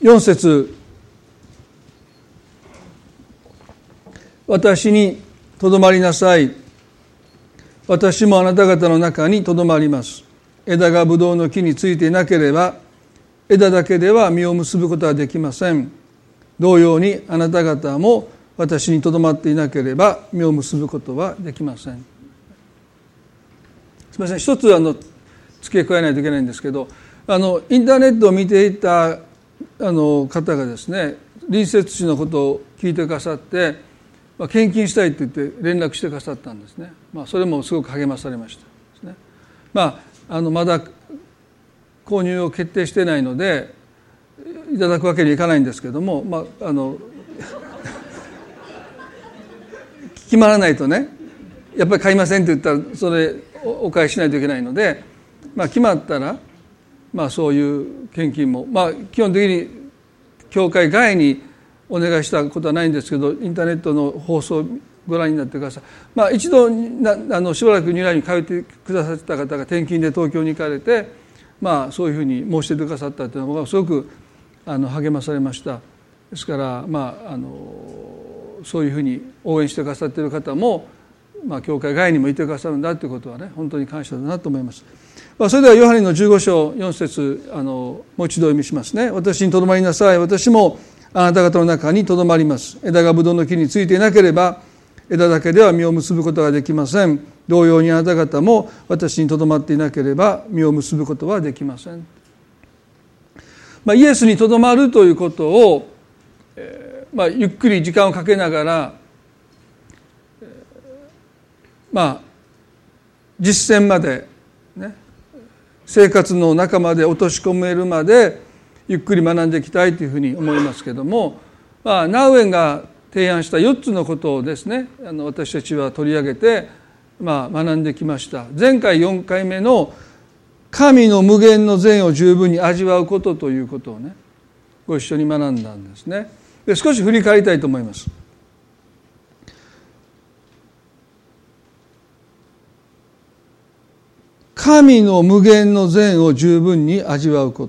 4節、私にとどまりなさい。私もあなた方の中にとどまります。枝がブドウの木についていなければ、枝だけでは実を結ぶことはできません。同様にあなた方も私にとどまっていなければ実を結ぶことはできません。すみません、一つ付け加えないといけないんですけど、インターネットを見ていた方がですね、隣接地のことを聞いてくださって、献金したいって言って連絡してくださったんですね。それもすごく励まされましたですね。まだ購入を決定してないのでいただくわけにいかないんですけども、決まらないとね、やっぱり買いませんって言ったらそれお返ししないといけないので、決まったらそういう献金も基本的に教会外にお願いしたことはないんですけど、インターネットの放送をご覧になってください。一度しばらくニューラインに通ってくださった方が転勤で東京に行かれて、そういうふうに申し出てくださったというのがすごく励まされました。ですからそういうふうに応援してくださっている方も、教会外にもいてくださるんだということはね、本当に感謝だなと思います。それではヨハネの15章4節もう一度読みしますね。私にとどまりなさい。私もあなた方の中にとどまります。枝がブドウの木についていなければ枝だけでは実を結ぶことができません。同様にあなた方も私にとどまっていなければ実を結ぶことはできません。イエスにとどまるということを、ゆっくり時間をかけながら、実践まで、ね、生活の中まで落とし込めるまでゆっくり学んでいきたいというふうに思いますけども、ナウエンが提案した4つのことをですね、私たちは取り上げて、学んできました。前回4回目の神の無限の善を十分に味わうことということをね、ご一緒に学んだんですね。で、少し振り返りたいと思います。神の無限の善を十分に味わうこと。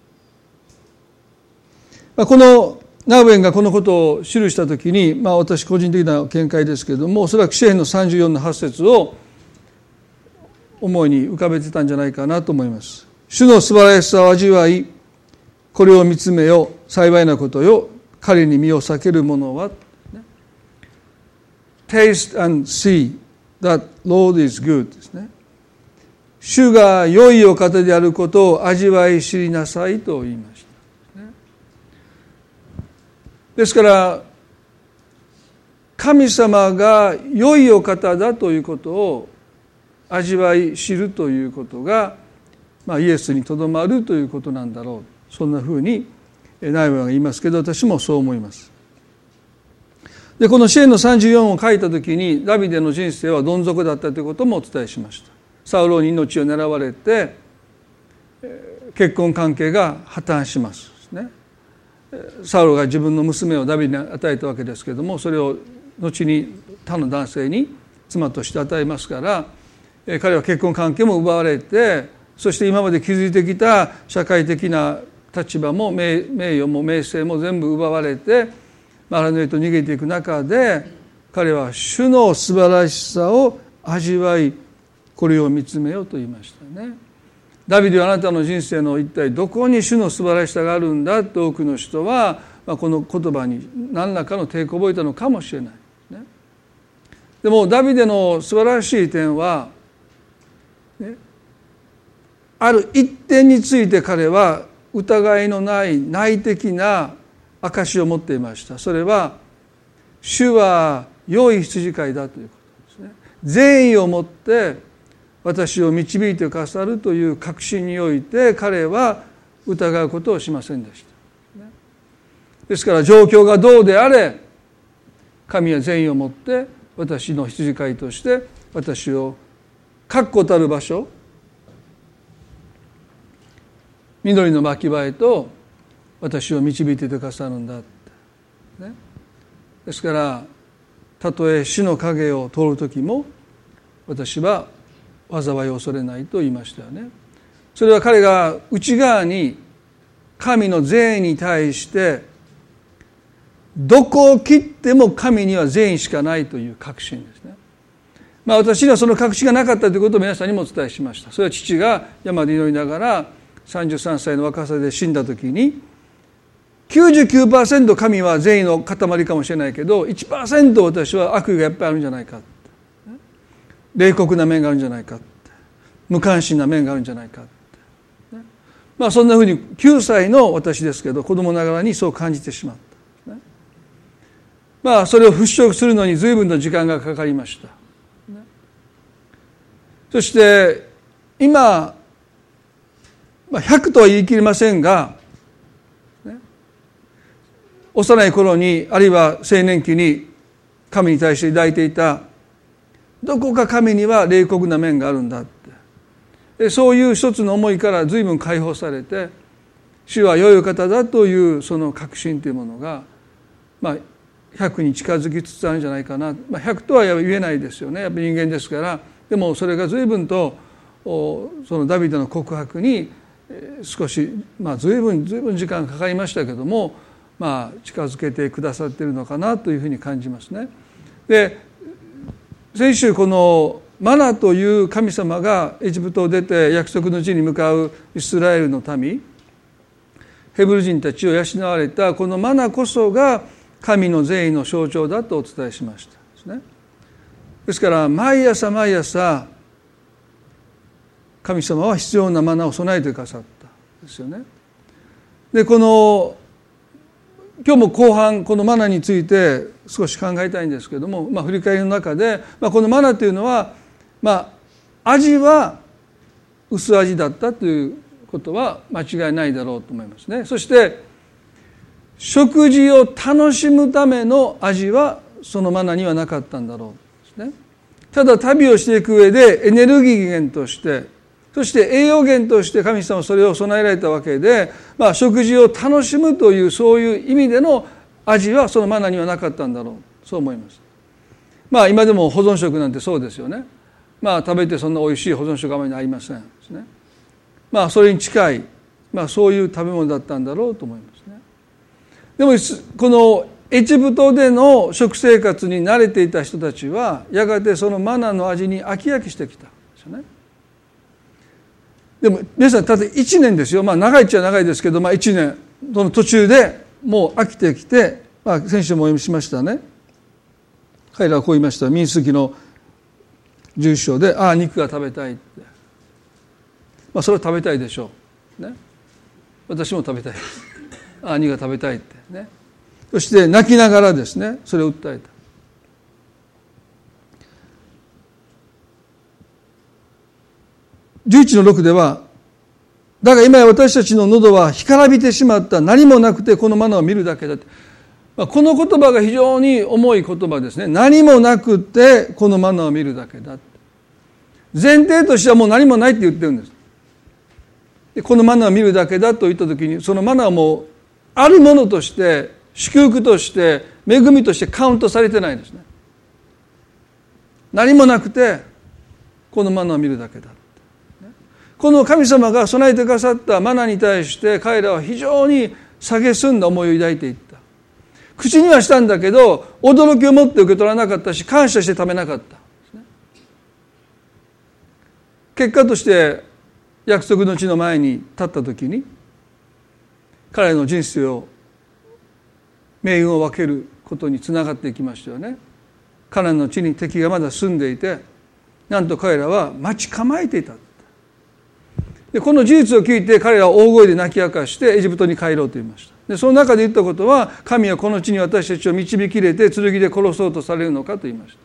このナウエンがこのことを記したときに、私個人的な見解ですけれども、おそらく詩編の34の8節を思いに浮かべてたんじゃないかなと思います。主の素晴らしさを味わい、これを見つめよ、幸いなことよ、彼に身を避ける者は、Taste and see that Lord is good ですね。主が良いお方であることを味わい知りなさいと言いました。ですから神様が良いお方だということを味わい知るということが、イエスにとどまるということなんだろう、そんなふうにナウエンが言いますけど、私もそう思います。で、この詩編の34を書いたときにダビデの人生はどん底だったということもお伝えしました。サウロに命を狙われて結婚関係が破綻しますね。サウロが自分の娘をダビデに与えたわけですけれども、それを後に他の男性に妻として与えますから、彼は結婚関係も奪われて、そして今まで築いてきた社会的な立場も名誉も名声も全部奪われて荒野へと逃げていく中で、彼は主の素晴らしさを味わい、これを見つめようと言いましたね。ダビデはあなたの人生の一体どこに主の素晴らしさがあるんだと多くの人は、この言葉に何らかの抵抗を覚えたのかもしれない、ね、でもダビデの素晴らしい点は、ね、ある一点について彼は疑いのない内的な証を持っていました。それは主は良い羊飼いだということですね。善意を持って私を導いてくださるという確信において彼は疑うことをしませんでした。ですから状況がどうであれ、神は善意を持って私の羊飼いとして私を確固たる場所、緑の牧場へと私を導いてくださるんだって、ね、ですからたとえ死の影を通る時も私は災いを恐れないと言いましたよね。それは彼が内側に神の善意に対してどこを切っても神には善意しかないという確信ですね。私にはその確信がなかったということを皆さんにもお伝えしました。それは父が山で祈りながら33歳の若さで死んだ時に 99% 神は善意の塊かもしれないけど 1% 私は悪意がやっぱりあるんじゃないか、冷酷な面があるんじゃないか、無関心な面があるんじゃないか、そんなふうに9歳の私ですけど子供ながらにそう感じてしまった。それを払拭するのに随分の時間がかかりました。そして今100とは言い切れませんが、幼い頃にあるいは青年期に神に対して抱いていたどこか神には冷酷な面があるんだって、そういう一つの思いから随分解放されて、主は良いお方だというその確信というものが100に近づきつつあるんじゃないかな。100とは言えないですよね、やっぱり人間ですから。でもそれが随分とそのダビデの告白に少し随分時間かかりましたけども、近づけてくださっているのかなというふうに感じますね。で、先週このマナという神様がエジプトを出て約束の地に向かうイスラエルの民、ヘブル人たちを養われたこのマナこそが神の善意の象徴だとお伝えしましたですね。ですから毎朝神様は必要なマナを備えてくださったんですよね。で、この今日も後半このマナについて少し考えたいんですけども、振り返りの中で、このマナというのは、味は薄味だったということは間違いないだろうと思いますね。そして食事を楽しむための味はそのマナにはなかったんだろうですね。ただ旅をしていく上でエネルギー源として、そして栄養源として神様はそれを備えられたわけで、食事を楽しむというそういう意味での味はそのマナにはなかったんだろう、そう思います。今でも保存食なんてそうですよね。食べてそんな美味しい保存食あまりありませんですね。それに近い、そういう食べ物だったんだろうと思いますね。でもこのエジプトでの食生活に慣れていた人たちはやがてそのマナの味に飽きしてきたんですよね。でも皆さんただ1年ですよ。長いっちゃ長いですけど、1年その途中でもう飽きてきて、先週もお読みしましたね。彼らはこう言いました。民数記の11章で、肉が食べたいって、それは食べたいでしょうね。私も食べたいです。肉が食べたいってね。そして泣きながらですね、それを訴えた。11の6では、だが今や私たちの喉は干からびてしまった、何もなくてこのマナを見るだけだって。この言葉が非常に重い言葉ですね。何もなくてこのマナを見るだけだって。前提としてはもう何もないって言ってるんです。でこのマナを見るだけだと言ったときに、そのマナはもうあるものとして祝福として恵みとしてカウントされてないですね。何もなくてこのマナを見るだけだ。この神様が備えてくださったマナに対して彼らは非常に蔑んだ思いを抱いていった。口にはしたんだけど驚きを持って受け取らなかったし、感謝して食べなかった。結果として約束の地の前に立った時に彼らの人生を命運を分けることにつながっていきましたよね。カナンの地に敵がまだ住んでいて、なんと彼らは待ち構えていた。でこの事実を聞いて彼らは大声で泣き明かしてエジプトに帰ろうと言いました。でその中で言ったことは、神はこの地に私たちを導き入れて剣で殺そうとされるのかと言いました。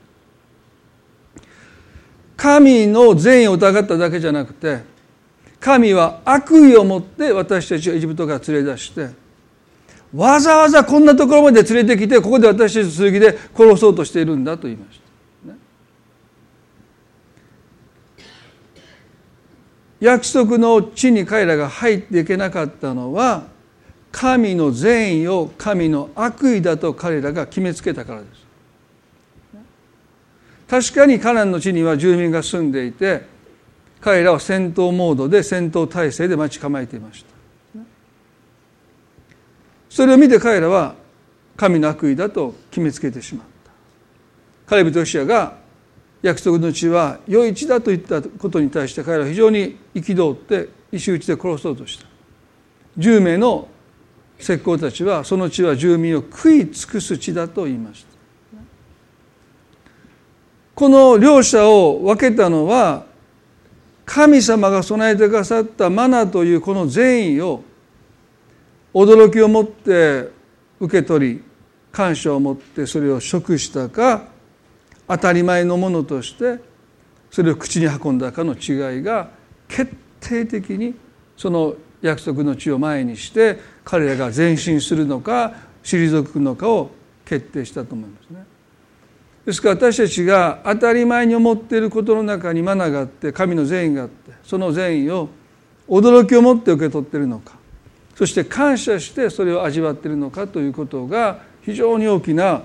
神の善意を疑っただけじゃなくて、神は悪意を持って私たちをエジプトから連れ出して、わざわざこんなところまで連れてきて、ここで私たちを剣で殺そうとしているんだと言いました。約束の地に彼らが入っていけなかったのは、神の善意を神の悪意だと彼らが決めつけたからです。確かにカナンの地には住民が住んでいて、彼らは戦闘モードで戦闘態勢で待ち構えていました。 それを見て彼らは神の悪意だと決めつけてしまった。カレブとヨシュアが約束の地は良い地だと言ったことに対して彼らは非常に憤って石打ちで殺そうとした。10名の石膏たちはその地は住民を食い尽くす地だと言いました。この両者を分けたのは、神様が備えてくださったマナというこの善意を驚きを持って受け取り、感謝を持ってそれを食したか、当たり前のものとしてそれを口に運んだかの違いが決定的にその約束の地を前にして彼らが前進するのか退くのかを決定したと思いますね。ですから私たちが当たり前に思っていることの中にマナがあって、神の善意があって、その善意を驚きを持って受け取っているのか、そして感謝してそれを味わっているのかということが非常に大きな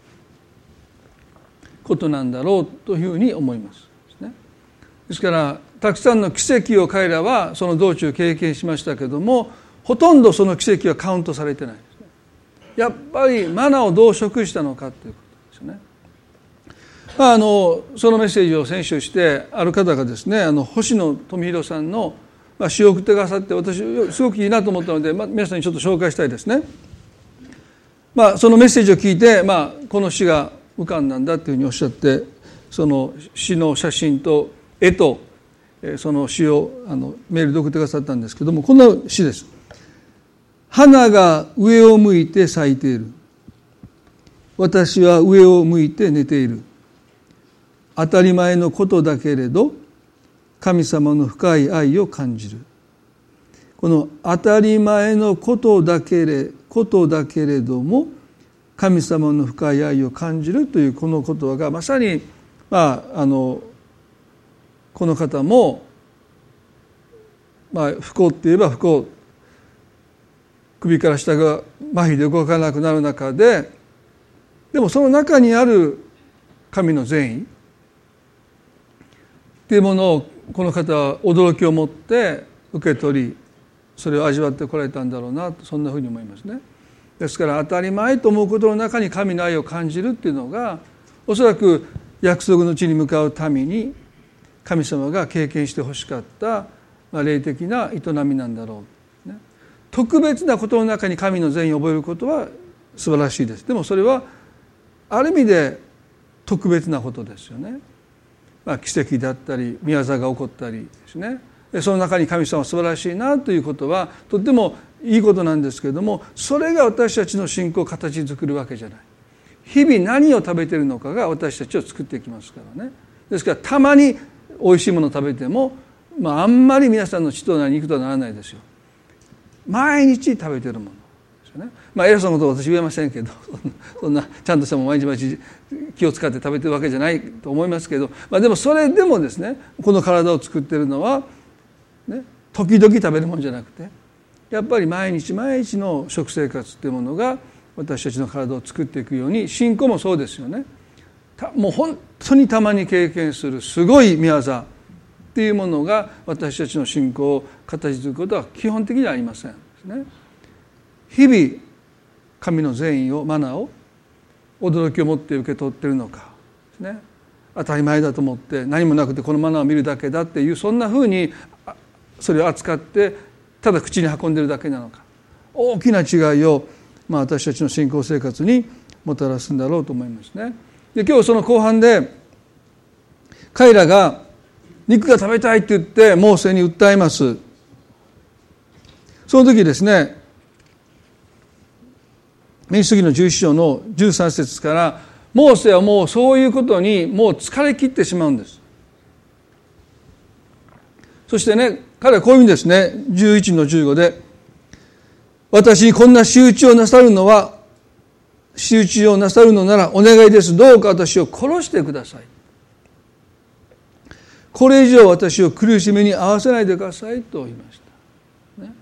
ことなんだろうというふうに思います。ですからたくさんの奇跡を彼らはその道中経験しましたけども、ほとんどその奇跡はカウントされてないですね。やっぱりマナをどう食したのかということですよね。そのメッセージを選手してある方がですね、星野富弘さんの詩を送ってくださって、私すごくいいなと思ったので、皆さんにちょっと紹介したいですね。そのメッセージを聞いて、この詩が浮かんだんだというふうにおっしゃって、その詩の写真と絵とその詩をメールで送ってくださったんですけども、こんな詩です。花が上を向いて咲いている。私は上を向いて寝ている。当たり前のことだけれど神様の深い愛を感じる。この当たり前のことだけれども神様の深い愛を感じるというこの言葉がまさにこの方も不幸って言えば不幸、首から下が麻痺で動かなくなる中で、でもその中にある神の善意っていうものをこの方は驚きを持って受け取り、それを味わってこられたんだろうなと、そんなふうに思いますね。ですから当たり前と思うことの中に神の愛を感じるっていうのが、おそらく約束の地に向かうために神様が経験してほしかった霊的な営みなんだろう、ね、特別なことの中に神の善意を覚えることは素晴らしいです。でもそれはある意味で特別なことですよね。奇跡だったり宮業が起こったりですね、その中に神様は素晴らしいなということはとってもいいことなんですけれども、それが私たちの信仰を形作るわけじゃない。日々何を食べているのかが私たちを作っていきますからね。ですからたまに美味しいものを食べても、あんまり皆さんの血となり肉とはならないですよ。毎日食べているものですよね。偉そうなことは私言えませんけど、そんなちゃんとしたも毎日毎日気を使って食べてるわけじゃないと思いますけど、でもそれでもですね、この体を作っているのは、ね、時々食べるものじゃなくて、やっぱり毎日毎日の食生活っていうものが私たちの体を作っていくように、信仰もそうですよね。もう本当にたまに経験するすごい宮業っていうものが私たちの信仰を形作ることは基本的にはありませんですね。日々神の善意をマナーを驚きを持って受け取っているのかですね。当たり前だと思って何もなくてこのマナーを見るだけだっていう、そんなふうにそれを扱ってただ口に運んでいるだけなのか、大きな違いを私たちの信仰生活にもたらすんだろうと思いますね。で、今日その後半で彼らが肉が食べたいって言ってモーセに訴えます。その時ですね、民主主義の11章の13節からモーセはもうそういうことにもう疲れ切ってしまうんです。そしてね、彼はこういうんですね。11の15で、私にこんな仕打ちをなさるのならお願いです。どうか私を殺してください。これ以上私を苦しみに合わせないでくださいと言いました、ね。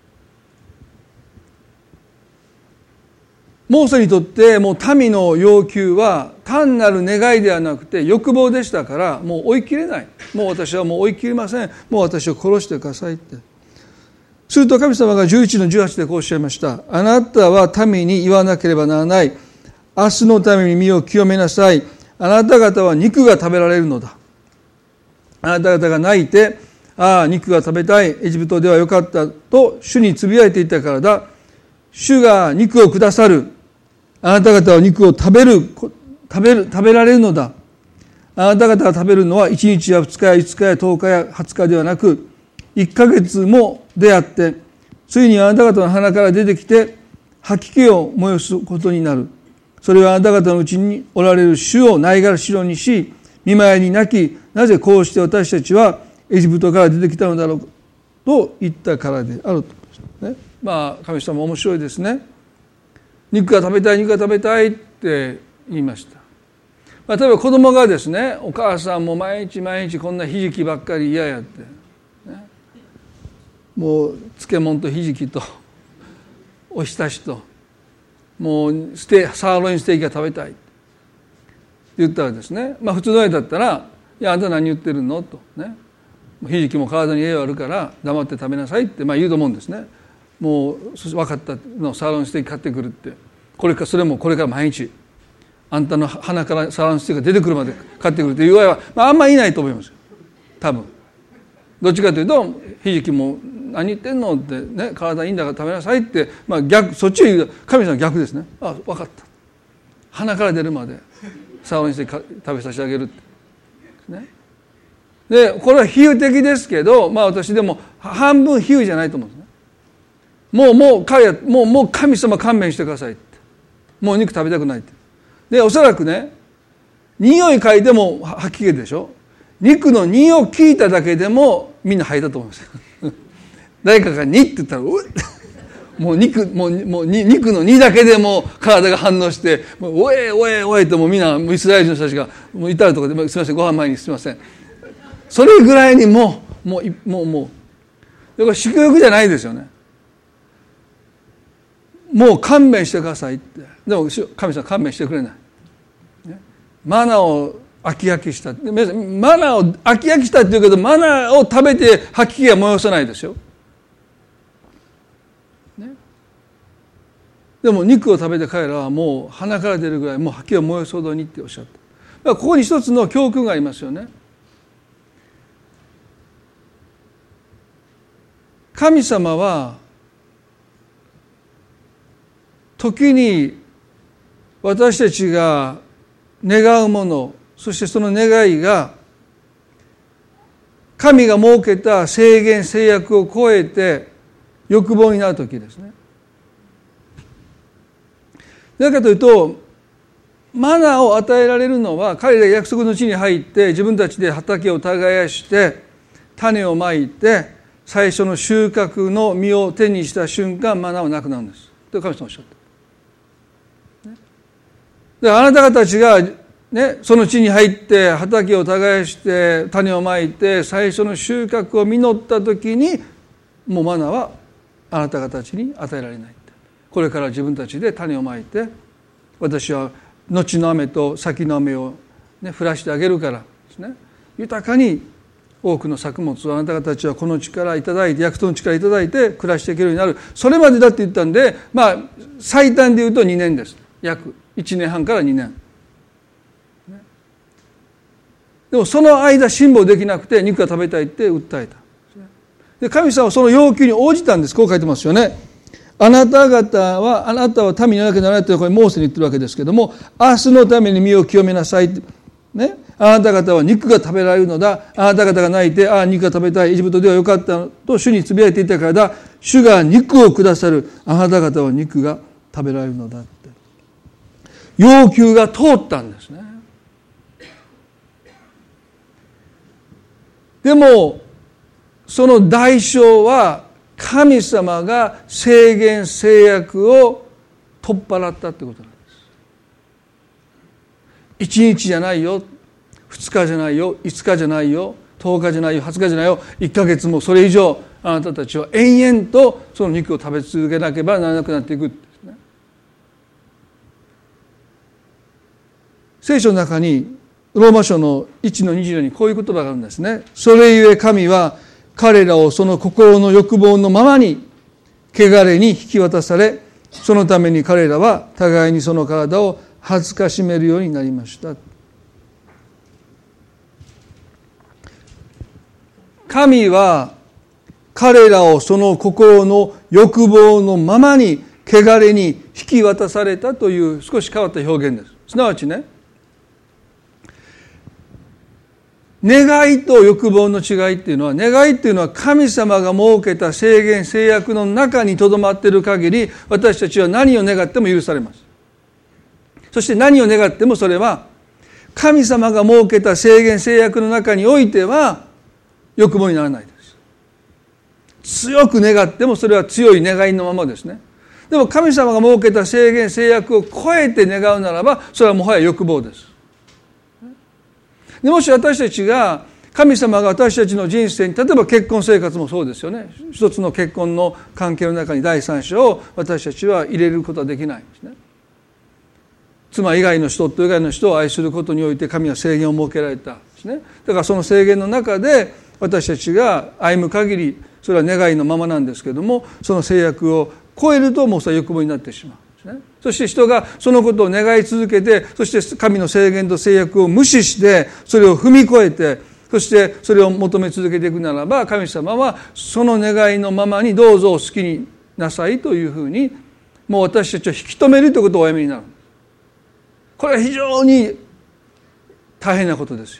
モーセにとってもう民の要求は単なる願いではなくて欲望でしたから、もう追い切れない。もう私はもう追い切れません。もう私を殺してくださいって。 すると神様が11の18でこうおっしゃいました。あなたは民に言わなければならない。明日のために身を清めなさい。あなた方は肉が食べられるのだ。あなた方が泣いて、ああ肉が食べたい、エジプトではよかったと主につぶやいていたからだ。主が肉をくださる。あなた方は肉を食べられるのだ。あなた方が食べるのは1日や2日や5日や10日や20日ではなく、1ヶ月もであって、ついにあなた方の鼻から出てきて吐き気を催すことになる。それはあなた方のうちにおられる主をないがる代にし、見舞いに泣き、なぜこうして私たちはエジプトから出てきたのだろうと言ったからであると、ね。神様面白いですね。肉が食べたい、肉が食べたいって言いました。例えば子供がですね、お母さんも毎日毎日こんなひじきばっかり嫌やって、ね、もう漬物とひじきとおひたしともうサーロインステーキが食べたいって言ったらですね、普通の親だったら、いやあんた何言ってるのとね、ひじきも体に栄養あるから黙って食べなさいって言うと思うんですね。もう分かったのサーロインステーキ買ってくるって、それもこれから毎日あんたの鼻からサーロインステーキが出てくるまで買ってくるっていう親は、あんまりいないと思いますよ多分。どっちかというとひじきも何言ってんのってね、体いいんだから食べなさいって、逆、そっちを言うと神様は逆ですね。分かった、鼻から出るまでサーロインステーキ食べさせてあげるってね。でこれは比喩的ですけど、私でも半分比喩じゃないと思うんですね。もう神様勘弁してくださいって、もう肉食べたくないって。でおそらくね、匂い嗅いでも吐き気でしょ。肉の匂いを聞いただけでもみんな吐いたと思います誰かがにって言ったらもう肉のにだけでも体が反応して、おえおえおえってもうみんなイスラエルの人たちがもう至るところで、すみませんご飯前にすみません、それぐらいにもうこれ祝福じゃないですよね。もう勘弁してくださいって。でも神様勘弁してくれない、ね、マナを飽き飽きした。マナを飽き飽きしたって言うけど、マナを食べて吐き気は催さないですよ、ね、でも肉を食べて彼らはもう鼻から出るぐらいもう吐き気を催すほどにっておっしゃった。ここに一つの教訓がありますよね。神様は時に私たちが願うもの、そしてその願いが神が設けた制限制約を超えて欲望になる時ですね。なぜかというと、マナーを与えられるのは彼らが約束の地に入って自分たちで畑を耕して種をまいて最初の収穫の実を手にした瞬間、マナーはなくなるんですと神様おっしゃった。であなた方たちが、その地に入って畑を耕して種をまいて最初の収穫を実った時にもうマナーはあなた方たちに与えられない。これから自分たちで種をまいて、私は後の雨と先の雨を、降らしてあげるからですね、豊かに多くの作物をあなた方たちはこの地からいただいて、約束の地からいただいて暮らしていけるようになる。それまでだって言ったんで、最短で言うと2年です。約1年半から2年。でもその間辛抱できなくて肉が食べたいって訴えた。で神様はその要求に応じたんです。こう書いてますよね。あなたは民にならなきゃならないとこれモーセに言ってるわけですけども、明日のために身を清めなさいって、あなた方は肉が食べられるのだ。あなた方が泣いて、肉が食べたい、エジプトではよかったと主につぶやいていたからだ。主が肉をくださる。あなた方は肉が食べられるのだって。要求が通ったんですね。でもその代償は神様が制限制約を取っ払ったってことなんです。1日じゃないよ、2日じゃないよ、5日じゃないよ、10日じゃないよ、20日じゃないよ、1ヶ月もそれ以上あなたたちは延々とその肉を食べ続けなければならなくなっていくんですね。聖書の中にローマ書の1の24にこういう言葉があるんですね。それゆえ神は彼らをその心の欲望のままに汚れに引き渡され、そのために彼らは互いにその体を恥ずかしめるようになりました。神は彼らをその心の欲望のままに汚れに引き渡されたという少し変わった表現です。すなわちね、願いと欲望の違いっていうのは、願いっていうのは神様が設けた制限制約の中にとどまっている限り、私たちは何を願っても許されます。そして何を願ってもそれは神様が設けた制限制約の中においては欲望にならないです。強く願ってもそれは強い願いのままですね。でも神様が設けた制限制約を超えて願うならば、それはもはや欲望です。でもし私たちが、神様が私たちの人生に、例えば結婚生活もそうですよね。一つの結婚の関係の中に第三者を私たちは入れることはできないんですね。妻以外の人、夫以外の人を愛することにおいて神は制限を設けられたんですね。だからその制限の中で私たちが歩む限り、それは願いのままなんですけども、その制約を超えるともうそれは欲望になってしまう。そして人がそのことを願い続けて、そして神の制限と制約を無視してそれを踏み越えて、そしてそれを求め続けていくならば、神様はその願いのままにどうぞお好きになさいというふうに、もう私たちを引き止めるということをおやめになる。これは非常に大変なことですよ。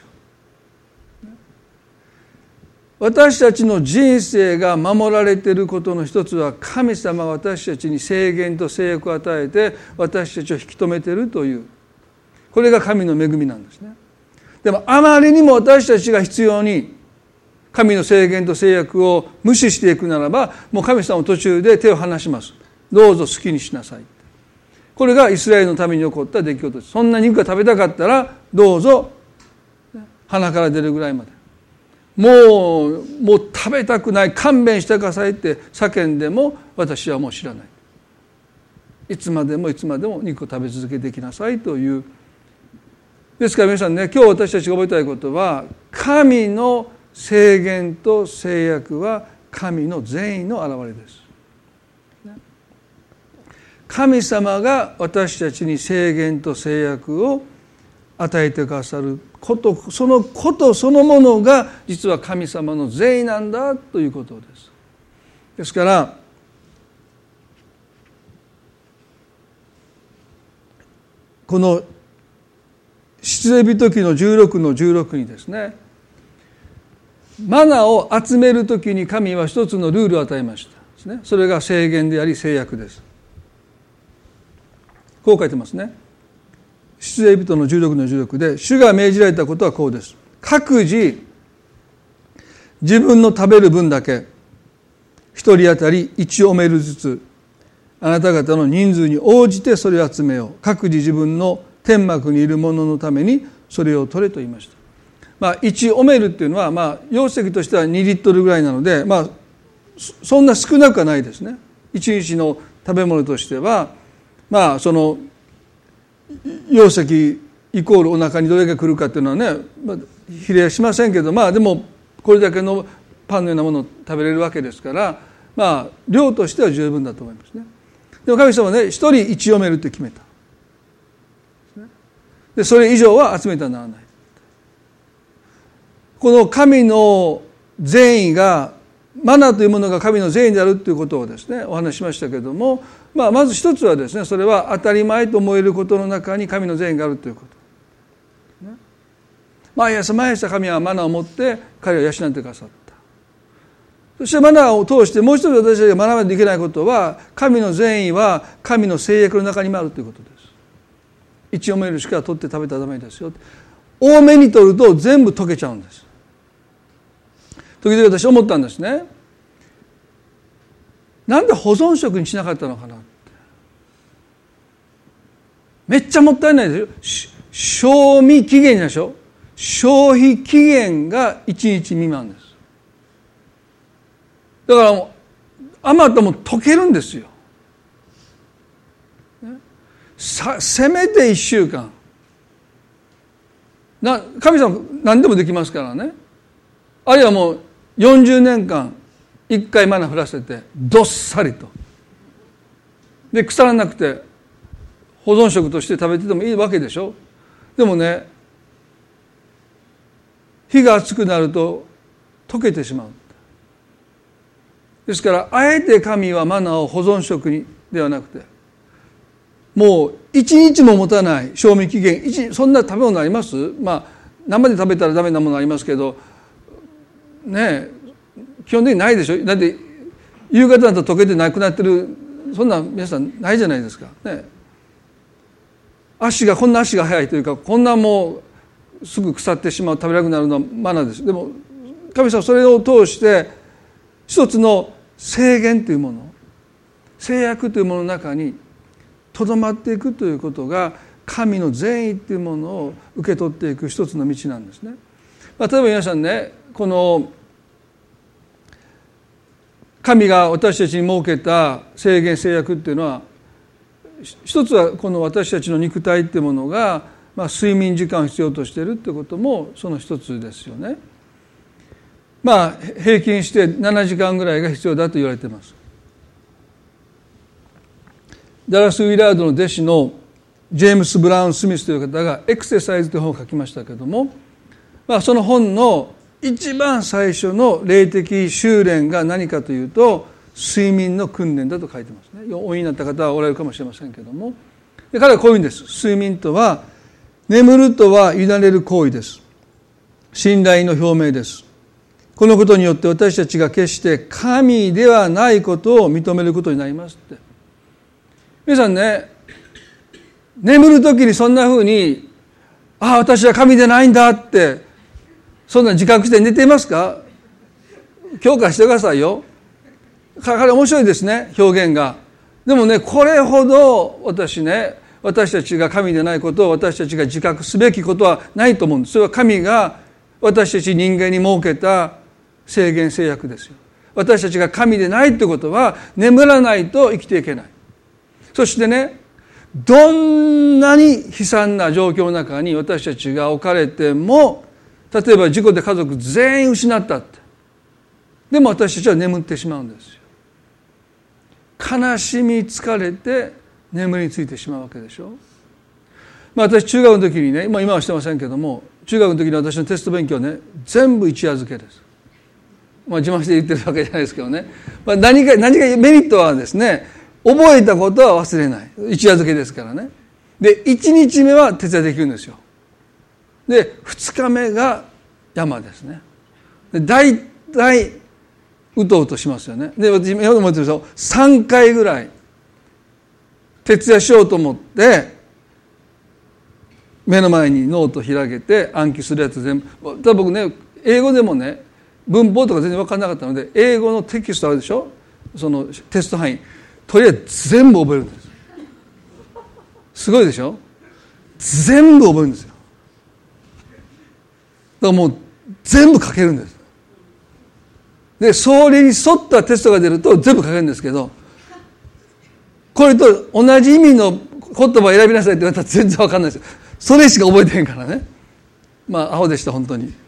私たちの人生が守られていることの一つは、神様は私たちに制限と制約を与えて私たちを引き止めているという、これが神の恵みなんですね。でもあまりにも私たちが必要に神の制限と制約を無視していくならば、もう神様の途中で手を離します。どうぞ好きにしなさい。これがイスラエルのために起こった出来事です。そんな肉が食べたかったらどうぞ鼻から出るぐらいまで、もう食べたくない、勘弁してくださいって叫んでも、私はもう知らない。いつまでもいつまでも肉を食べ続けていきなさいという。ですから皆さんね、今日私たちが覚えたいことは、神の制限と制約は神の善意の表れです。神様が私たちに制限と制約を与えてくださること、そのことそのものが実は神様の善意なんだということです。ですからこの出エジプト記の16の16にですね、マナを集めるときに神は一つのルールを与えましたですね。それが制限であり制約です。こう書いてますね。出エジプトの16の16で、主が命じられたことはこうです。各自自分の食べる分だけ一人当たり1オメルずつ、あなた方の人数に応じてそれを集めよう。各自自分の天幕にいる者のためにそれを取れと言いました。1オメルっていうのは容積としては2リットルぐらいなので、そんな少なくはないですね。1日の食べ物としてはその容積イコールお腹にどれだけ来るかっていうのはね、比例しませんけど、でもこれだけのパンのようなものを食べれるわけですから、量としては十分だと思いますね。でも神様はね、一人1オメルって決めた。でそれ以上は集めてはならない。この神の善意が、マナというものが神の善意であるということをですね、お話ししましたけれども、まず一つはですね、それは当たり前と思えることの中に神の善意があるということ、毎朝毎朝神はマナを持って彼を養ってくださった。そしてマナを通してもう一つ私たちが学ばないといけないことは、神の善意は神の制約の中にもあるということです。1オメルしか取って食べたらダメですよ。多めに取ると全部溶けちゃうんです。時々私思ったんですね。なんで保存食にしなかったのかなって。めっちゃもったいないですよ。賞味期限でしょ。消費期限が1日未満です。だからもう余ったもん溶けるんですよ。せめて1週間。神様何でもできますからね。あるいはもう 40年間1回マナ降らせてどっさりとで腐らなくて保存食として食べててもいいわけでしょ。でもね、日が暑くなると溶けてしまう。ですからあえて神はマナを保存食にではなくて、もう1日も持たない賞味期限、そんな食べ物あります？生で食べたらダメなものありますけどね、基本的にないでしょ。だって夕方だと溶けてなくなってる、そんな皆さんないじゃないですかね。こんな足が速いというか、こんなもうすぐ腐ってしまう、食べなくなるのはマナです。でも神様はそれを通して一つの制限というもの、制約というものの中にとどまっていくということが神の善意というものを受け取っていく一つの道なんですね。例えば皆さんね、この神が私たちに設けた制限制約っていうのは、一つはこの私たちの肉体っていうものが、睡眠時間を必要としているってこともその一つですよね。平均して7時間ぐらいが必要だと言われています。ダラス・ウィラードの弟子のジェームス・ブラウン・スミスという方がエクササイズという本を書きましたけれども、その本の一番最初の霊的修練が何かというと、睡眠の訓練だと書いてますね。お言いになった方はおられるかもしれませんけれども、彼はこういうんです。睡眠とは、眠るとは委ねる行為です。信頼の表明です。このことによって私たちが決して神ではないことを認めることになりますって。皆さんね、眠るときにそんな風に、私は神でないんだって、そんな自覚して寝ていますか？強化してくださいよ。彼面白いですね、表現が。でもね、これほど私たちが神でないことを私たちが自覚すべきことはないと思うんです。それは神が私たち人間に設けた制限制約ですよ。私たちが神でないということは、眠らないと生きていけない。そしてね、どんなに悲惨な状況の中に私たちが置かれても、例えば事故で家族全員失ったって、でも私たちは眠ってしまうんですよ。悲しみ疲れて眠りについてしまうわけでしょ。私中学の時にね、今はしてませんけども、中学の時に私のテスト勉強ね、全部一夜漬けです。自慢して言ってるわけじゃないですけどね、何かメリットはですね、覚えたことは忘れない、一夜漬けですからね。で1日目は徹夜できるんですよ。で2日目が山ですね。で大体うとうとしますよね。で私今思ってると3回ぐらい徹夜しようと思って目の前にノート開けて暗記するやつ全部、ただ僕ね、英語でもね、文法とか全然分からなかったので、英語のテキストあるでしょ、そのテスト範囲、とりあえず全部覚えるんです。すごいでしょ。全部覚えるんですよ。だからもう全部書けるんです。でそれに沿ったテストが出ると全部書けるんですけど、これと同じ意味の言葉を選びなさいって言われたら全然分かんないですよ。それしか覚えてへんからね。アホでした本当に。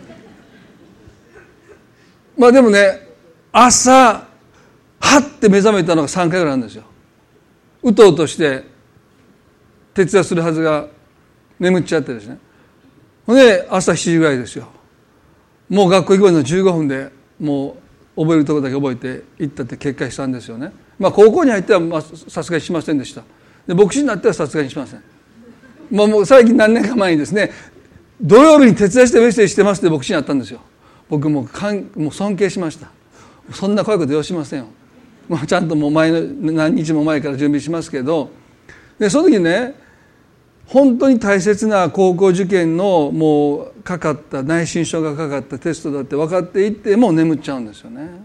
でもね、朝はって目覚めたのが3回ぐらいあるんですよ。うとうとして徹夜するはずが眠っちゃってですね。で朝7時ぐらいですよ。もう学校行くまでの15分でもう覚えるところだけ覚えて行ったって結果悲惨ですよね。高校に入ってはさすがにしませんでした。で牧師になってはさすがにしません。もう最近何年か前にですね、土曜日に徹夜してメッセージしてますって牧師になったんですよ。僕もう尊敬しました。そんな怖いことよしませんよ。ちゃんともう何日も前から準備しますけど、でその時ね、本当に大切な高校受験のもうかかった内申書がかかったテストだって分かっていっても眠っちゃうんですよね。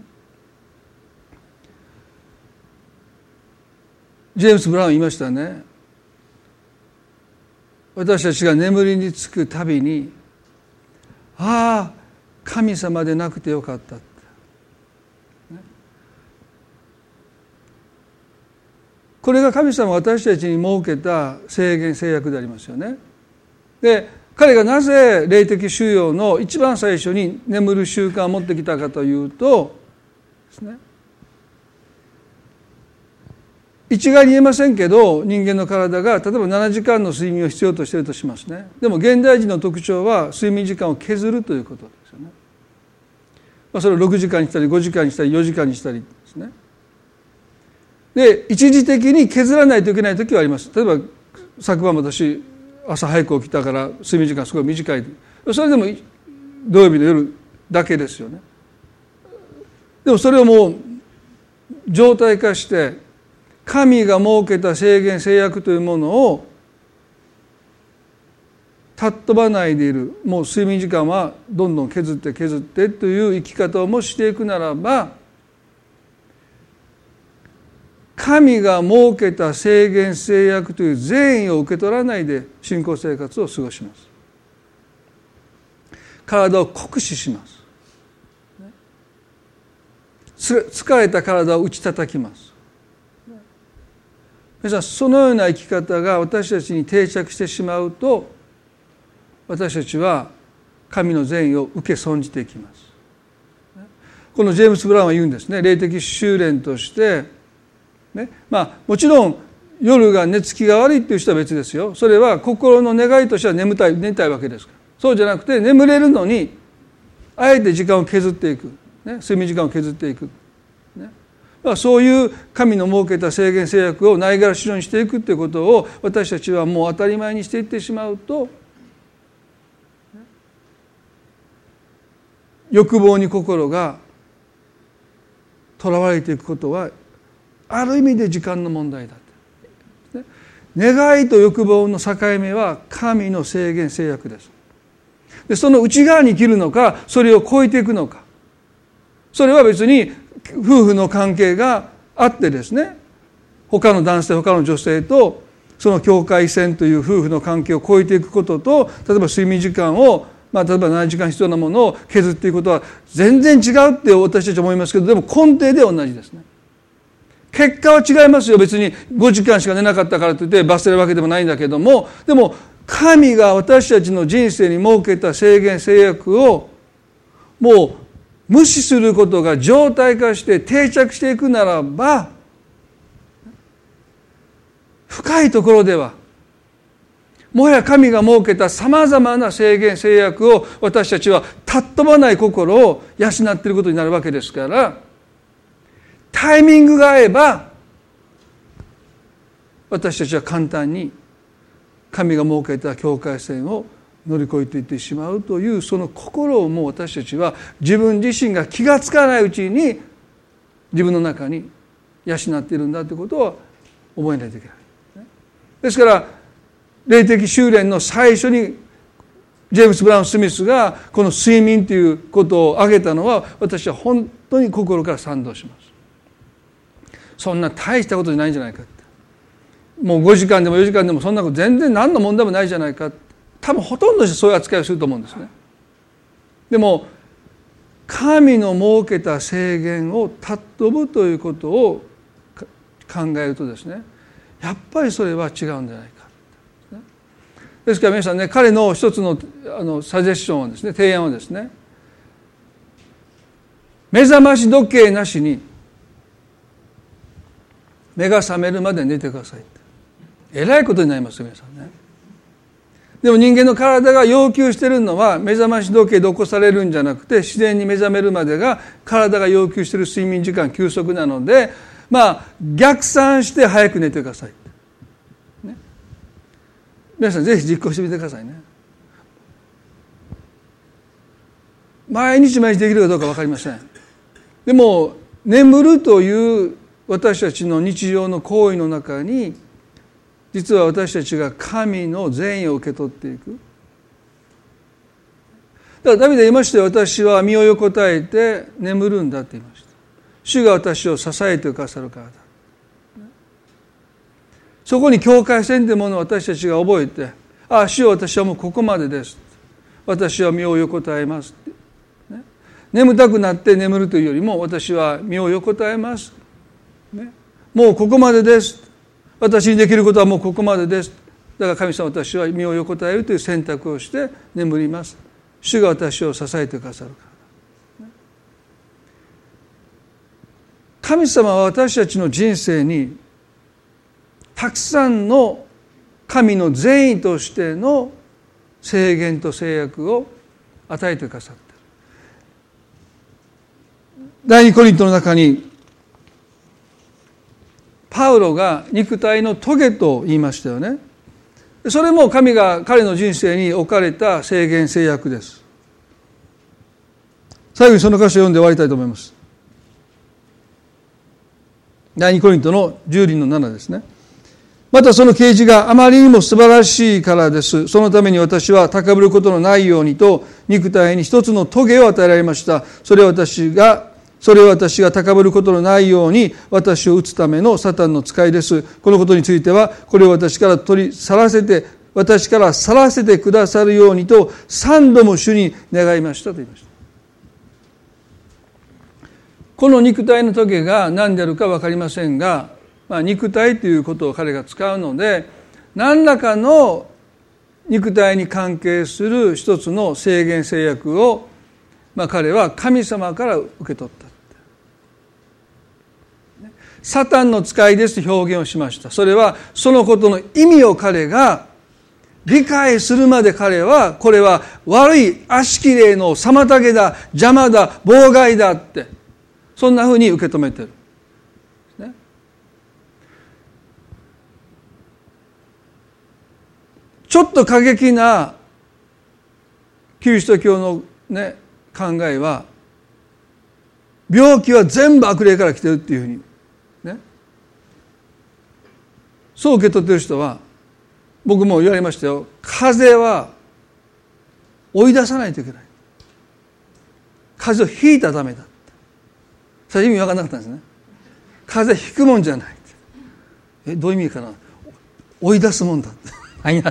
ジェームス・ブラウン言いましたね。私たちが眠りにつくたびに、神様でなくてよかったって、これが神様が私たちに設けた制限制約でありますよね。で彼がなぜ霊的収容の一番最初に眠る習慣を持ってきたかというとですね、一概に言えませんけど、人間の体が例えば7時間の睡眠を必要としているとしますね。でも現代人の特徴は睡眠時間を削るということですよね。それを6時間にしたり5時間にしたり4時間にしたりですね。で、一時的に削らないといけない時はあります。例えば昨晩私朝早く起きたから睡眠時間すごい短い。それでも土曜日の夜だけですよね。でもそれをもう常態化して神が設けた制限制約というものを尊ばないでいる、もう睡眠時間はどんどん削って削ってという生き方をもしていくならば、神が設けた制限制約という善意を受け取らないで信仰生活を過ごします。体を酷使します。疲れた体を打ち叩きます。皆さん、そのような生き方が私たちに定着してしまうと、私たちは神の善意を受け損じていきます。このジェームス・ブラウンは言うんですね。霊的修練としてね、もちろん夜が寝つきが悪いっていう人は別ですよ。それは心の願いとしては寝たいわけですから。そうじゃなくて、眠れるのにあえて時間を削っていく、ね、睡眠時間を削っていく、ね、そういう神の設けた制限制約をないがらしろにしていくということを私たちはもう当たり前にしていってしまうと、欲望に心がとらわれていくことはある意味で時間の問題だ。願いと欲望の境目は神の制限制約です。で、その内側に生きるのか、それを超えていくのか、それは別に夫婦の関係があってですね、他の男性他の女性とその境界線という夫婦の関係を超えていくことと、例えば睡眠時間を例えば7時間必要なものを削っていくことは全然違うって私たちは思いますけど、でも根底で同じですね。結果は違いますよ。別に5時間しか寝なかったからといって罰せるわけでもないんだけども、でも神が私たちの人生に設けた制限制約をもう無視することが常態化して定着していくならば、深いところではもはや神が設けたさまざまな制限制約を私たちは尊ばない心を養っていることになるわけですから、タイミングが合えば私たちは簡単に神が設けた境界線を乗り越えていってしまうという、その心をもう私たちは自分自身が気がつかないうちに自分の中に養っているんだということを覚えないといけない。ですから霊的修練の最初にジェームス・ブラウン・スミスがこの睡眠ということを挙げたのは、私は本当に心から賛同します。そんな大したことじゃないんじゃないかって、もう5時間でも4時間でもそんなこと全然何の問題もないじゃないか、多分ほとんどそういう扱いをすると思うんですね。でも神の設けた制限を尊ぶということを考えるとですね、やっぱりそれは違うんじゃないか。ですから皆さんね、彼の一つのサジェッションはですね、提案はですね、目覚まし時計なしに目が覚めるまで寝てくださいって。えらいことになりますよ皆さんね。でも人間の体が要求しているのは目覚まし時計で起こされるんじゃなくて、自然に目覚めるまでが体が要求している睡眠時間休息なので、逆算して早く寝てください、ね、皆さんぜひ実行してみてくださいね。毎日できるかどうか分かりません。でも眠るという私たちの日常の行為の中に、実は私たちが神の善意を受け取っていく。だからダビデ言いましたよ。私は身を横たえて眠るんだって言いました。主が私を支えてくださるからだ。そこに境界線というものを私たちが覚えて、主よ、私はもうここまでです。私は身を横たえます。眠たくなって眠るというよりも、私は身を横たえます。もうここまでです。私にできることはもうここまでです。 だから神様、私は身を横たえるという選択をして眠ります。主が私を支えてくださるから。神様は私たちの人生にたくさんの神の善意としての制限と制約を与えてくださっている。第二コリントの中にパウロが肉体の棘と言いましたよね。それも神が彼の人生に置かれた制限制約です。最後にその箇所を読んで終わりたいと思います。第二コリントの10の7ですね。またその啓示があまりにも素晴らしいからです。そのために私は高ぶることのないようにと肉体に一つの棘を与えられました。それを私が高ぶることのないように私を打つためのサタンの使いです。このことについてはこれを私から去らせてくださるようにと3度も主に願いましたと言いました。この肉体の棘が何であるか分かりませんが、肉体ということを彼が使うので、何らかの肉体に関係する一つの制限制約を、彼は神様から受け取った。サタンの使いですと表現をしました。それはそのことの意味を彼が理解するまで彼はこれは悪い悪しき霊の妨げだ、邪魔だ、妨害だってそんなふうに受け止めてる。ちょっと過激なキリスト教の考えは病気は全部悪霊から来てるっていうふうにそう受け取っている人は、僕も言われましたよ。風邪は追い出さないといけない。風邪をひいたらダメだって。それ意味分からなかったんですね。風邪ひくもんじゃないって。どういう意味かな。追い出すもんだって。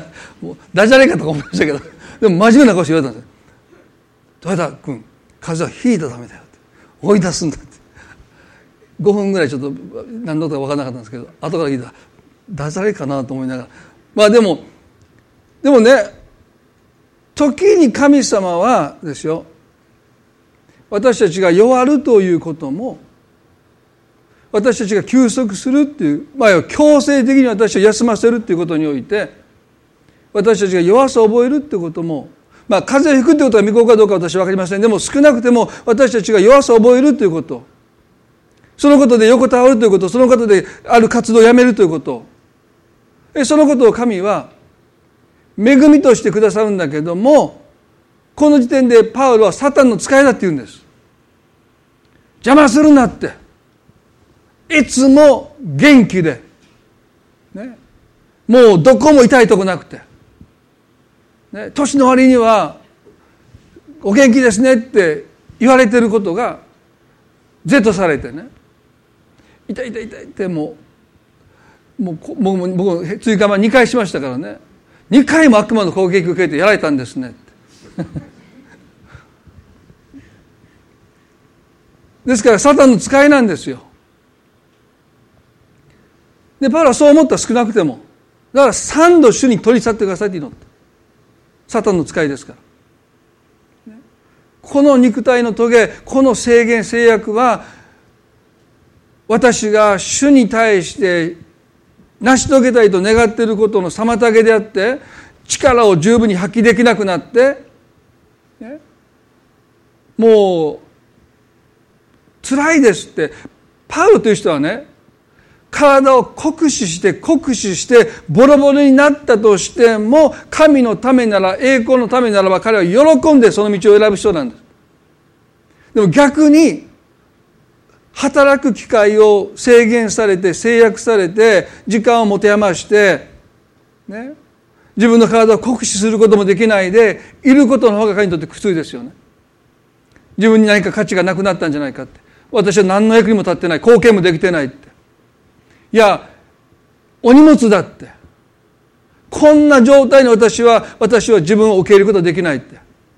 もうダジャレかとか思いましたけど、でも真面目な顔して言われたんですよ。豊田君、風邪はひいたらダメだよって。追い出すんだって。5分ぐらいちょっと何度か分からなかったんですけど、後から聞いたらダジャレかなと思いながら、でもね、時に神様はですよ、私たちが弱るということも、私たちが休息するっていう、強制的に私を休ませるっていうことにおいて、私たちが弱さを覚えるっていうことも、風邪をひくってことが未行かどうか私は分かりません。でも少なくても私たちが弱さを覚えるということ、そのことで横たわるということ、そのことである活動をやめるということ、そのことを神は恵みとしてくださるんだけども、この時点でパウロはサタンの使いだって言うんです。邪魔するなって。いつも元気で、もうどこも痛いとこなくて、年の割にはお元気ですねって言われてることが是とされてね、痛いってもう僕追加版2回しましたからね、2回も悪魔の攻撃を受けてやられたんですねってですからサタンの使いなんですよ。でパウロはそう思った。少なくてもだから3度主に取り去ってくださいって祈った。サタンの使いですから。この肉体の棘、この制限制約は私が主に対して成し遂げたいと願っていることの妨げであって、力を十分に発揮できなくなって、もう辛いですってパウロという人はね、体を酷使してボロボロになったとしても、神のためなら、栄光のためならば彼は喜んでその道を選ぶ人なんです。でも逆に働く機会を制限されて、制約されて、時間を持て余して、自分の体を酷使することもできないでいることの方が彼にとって苦痛ですよね。自分に何か価値がなくなったんじゃないかって、私は何の役にも立ってない、貢献もできてないって、いやお荷物だって、こんな状態に私は自分を受け入れることができないって、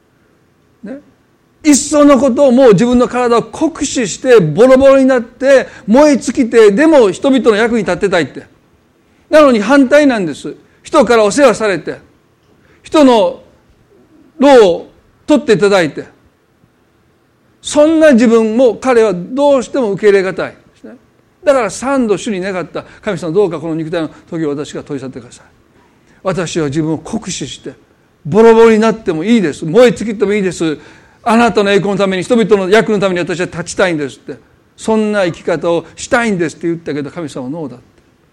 いっそのことをもう自分の体を酷使してボロボロになって燃え尽きて、でも人々の役に立ってたいって。なのに反対なんです。 人からお世話されて、人の労を取っていただいて、そんな自分も彼はどうしても受け入れがたいですね。だから3度主に願った。神様、どうかこの肉体の時を私が取り去ってください。私は自分を酷使してボロボロになってもいいです、燃え尽きてもいいです、あなたの栄光のために、人々の役のために私は立ちたいんですって、そんな生き方をしたいんですって言ったけど、神様はノーだって。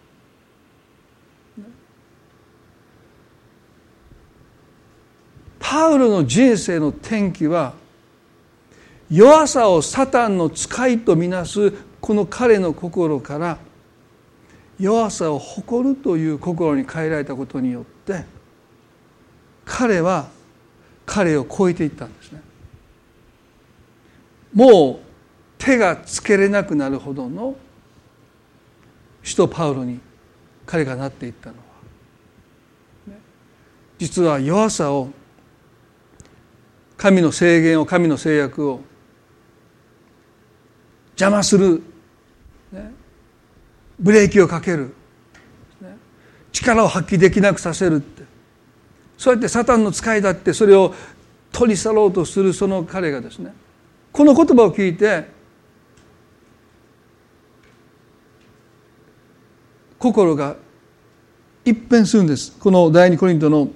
パウロの人生の転機は、弱さをサタンの使いとみなすこの彼の心から、弱さを誇るという心に変えられたことによって、彼は彼を超えていったんですね。もう手がつけれなくなるほどの使徒パウロに彼がなっていったのは、実は弱さを、神の制限を、神の制約を邪魔する、ブレーキをかける、力を発揮できなくさせるって、そうやってサタンの使いだってそれを取り去ろうとするその彼がですね、この言葉を聞いて心が一変するんです。この第二コリントの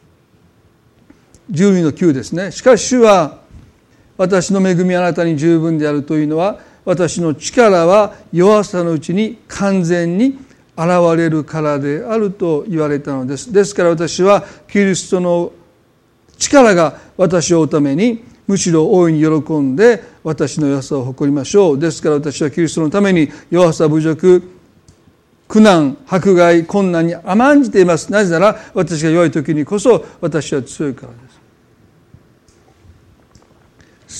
12の9ですね。しかし主は私の恵みあなたに十分であるというのは、私の力は弱さのうちに完全に現れるからであると言われたのです。ですから私はキリストの力が私を追うために、むしろ大いに喜んで私の弱さを誇りましょう。ですから私はキリストのために弱さ、侮辱、苦難、迫害、困難に甘んじています。なぜなら私が弱い時にこそ私は強いからです。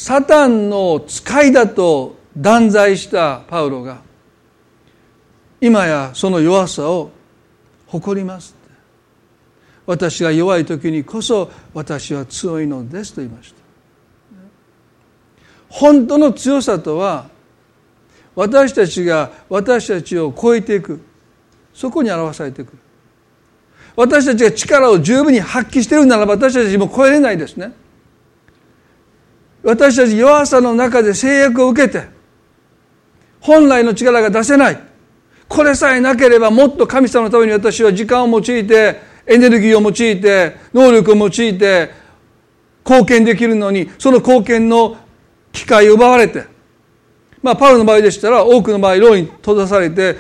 サタンの使いだと断罪したパウロが、今やその弱さを誇ります。私が弱い時にこそ私は強いのですと言いました。本当の強さとは、私たちが私たちを超えていく、そこに表されてくる。私たちが力を十分に発揮しているならば、私たちも超えれないですね。私たち弱さの中で制約を受けて、本来の力が出せない。これさえなければもっと神様のために私は時間を用いて、エネルギーを用いて、能力を用いて貢献できるのに、その貢献の機会を奪われて、パウロの場合でしたら多くの場合牢に閉ざされて、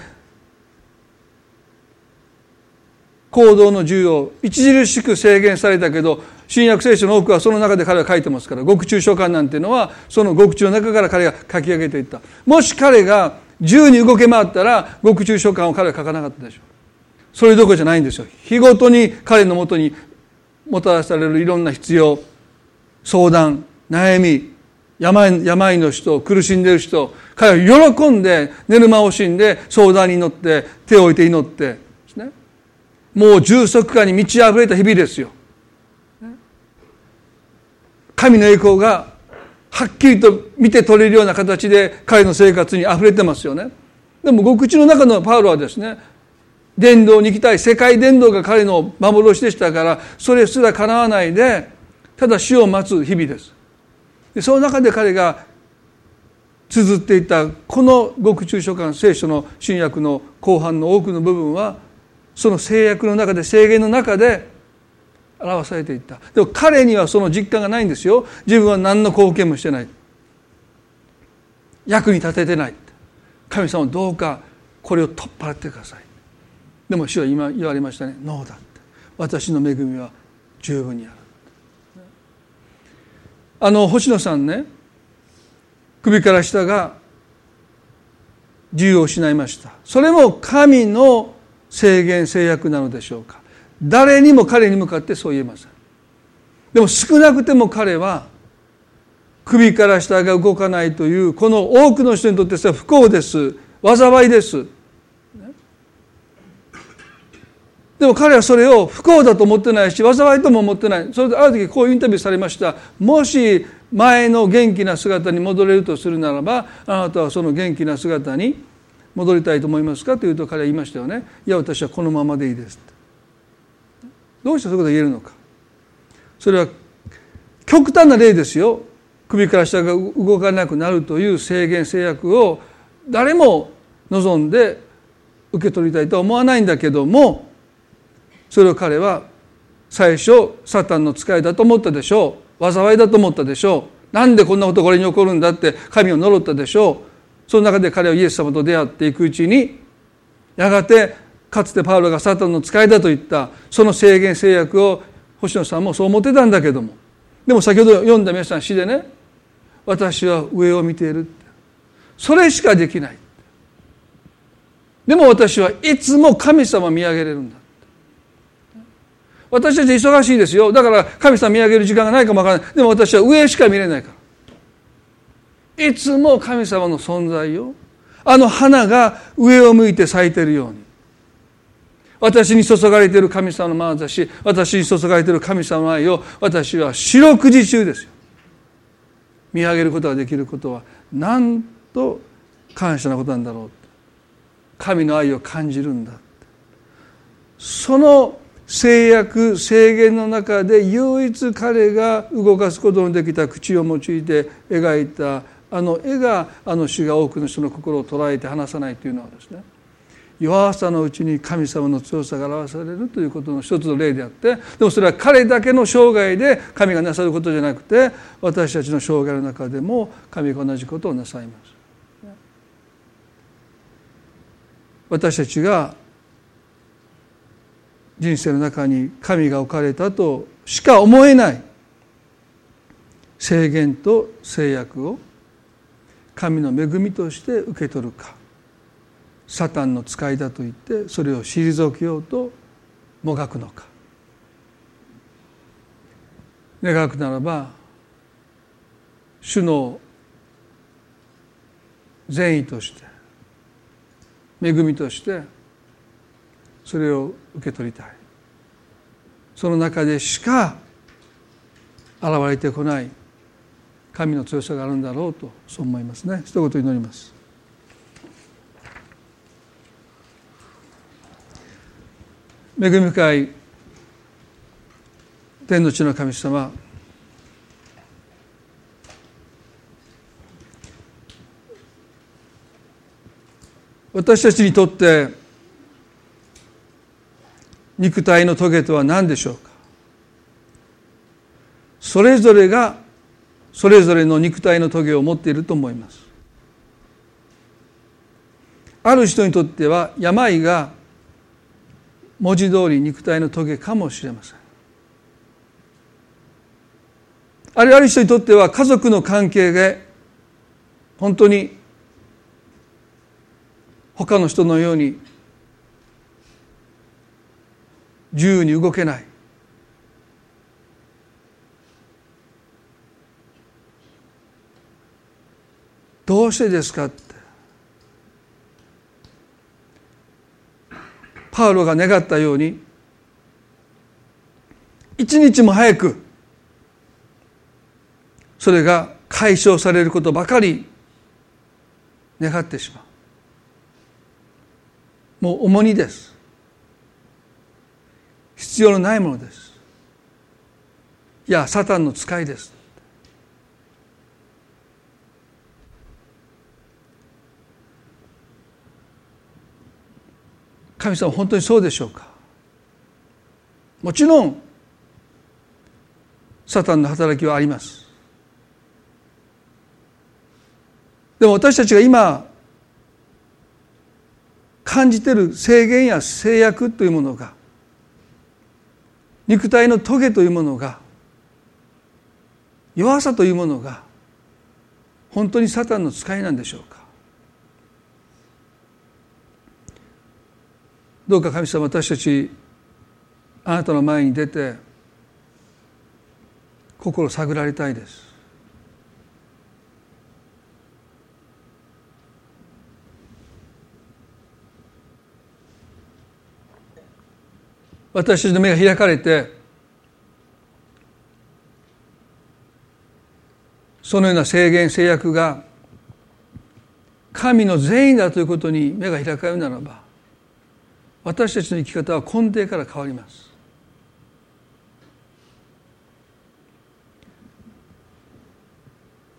行動の自由を著しく制限されたけど、新約聖書の多くはその中で彼は書いてますから、獄中書簡なんていうのはその獄中の中から彼が書き上げていった。もし彼が自由に動け回ったら獄中書簡を彼は書かなかったでしょう。それどころじゃないんですよ。日ごとに彼のもとにもたらされるいろんな必要、相談、悩み、病の人、苦しんでいる人、彼は喜んで寝る間を惜しんで相談に乗って手を置いて祈ってですね、もう充足感に満ち溢れた日々ですよ。神の栄光がはっきりと見て取れるような形で彼の生活に溢れてますよね。でも獄中の中のパウロはですね、伝道に行きたい、世界伝道が彼の幻でしたから、それすら叶わないでただ死を待つ日々です。でその中で彼が綴っていたこの獄中書簡、聖書の新約の後半の多くの部分は、その制約の中で、制限の中で表されていった。でも彼にはその実感がないんですよ。自分は何の貢献もしてない、役に立ててない。神様どうかこれを取っ払ってください。でも主は今言われましたね、ノーだって、私の恵みは十分にある。星野さんね、首から下が自由を失いました。それも神の制限、制約なのでしょうか。誰にも彼に向かってそう言えません。でも少なくても彼は首から下が動かないというこの多くの人にとっては不幸です、災いです。でも彼はそれを不幸だと思ってないし、災いとも思ってない。それである時こういうインタビューされました。もし前の元気な姿に戻れるとするならば、あなたはその元気な姿に戻りたいと思いますかというと、彼は言いましたよね。いや、私はこのままでいいです。 どうしてそういうことが言えるのか。それは極端な例ですよ。首から下が動かなくなるという制限制約を誰も望んで受け取りたいとは思わないんだけども、それを彼は最初サタンの使いだと思ったでしょう。災いだと思ったでしょう。なんでこんなことこれに起こるんだって神を呪ったでしょう。その中で彼はイエス様と出会っていくうちに、やがてかつてパウロがサタンの使いだと言ったその制限制約を星野さんもそう思ってたんだけども、でも先ほど読んだ皆さん詩でね、私は上を見ているって、それしかできない。でも私はいつも神様を見上げれるんだ。私たち忙しいですよ。だから神様見上げる時間がないかもわからない。でも私は上しか見れないから。いつも神様の存在を、あの花が上を向いて咲いているように、私に注がれている神様の眼差し、私に注がれている神様の愛を私は四六時中ですよ。見上げることができることはなんと感謝なことなんだろう。神の愛を感じるんだ。その制約制限の中で唯一彼が動かすことのできた口を用いて描いたあの絵が、あの詩が多くの人の心を捉えて離さないというのはですね、弱さのうちに神様の強さが表されるということの一つの例であって、でもそれは彼だけの生涯で神がなさることじゃなくて、私たちの生涯の中でも神が同じことをなさいます。私たちが人生の中に神が置かれたとしか思えない制限と制約を神の恵みとして受け取るか、サタンの使いだと言ってそれを退けようともがくのか。願くならば主の善意として恵みとしてそれを受け取りたい。その中でしか現れてこない神の強さがあるんだろうと、そう思いますね。一言祈ります。恵み深い天の地の神様、私たちにとって肉体の棘とは何でしょうか。それぞれがそれぞれの肉体の棘を持っていると思います。ある人にとっては病が文字通り肉体の棘かもしれません。ある人にとっては家族の関係で本当に他の人のように自由に動けない。どうしてですかってパウロが願ったように一日も早くそれが解消されることばかり願ってしまう。もう重荷です。必要のないものです。いやサタンの使いです。神様本当にそうでしょうか。もちろんサタンの働きはあります。でも私たちが今感じている制限や制約というものが、肉体の棘というものが、弱さというものが本当にサタンの使いなんでしょうか。どうか神様、私たちあなたの前に出て心を探られたいです。私たちの目が開かれて、そのような制限制約が神の善意だということに目が開かれるならば、私たちの生き方は根底から変わります。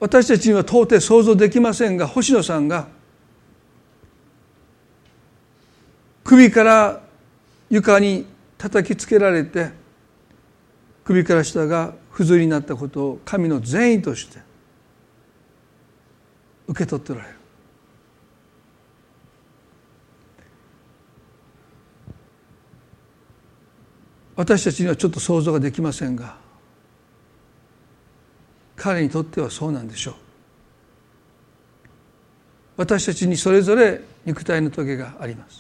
私たちには到底想像できませんが、星野さんが首から床に叩きつけられて首から下が不随になったことを神の善意として受け取っておられる。私たちにはちょっと想像ができませんが、彼にとってはそうなんでしょう。私たちにそれぞれ肉体の棘があります。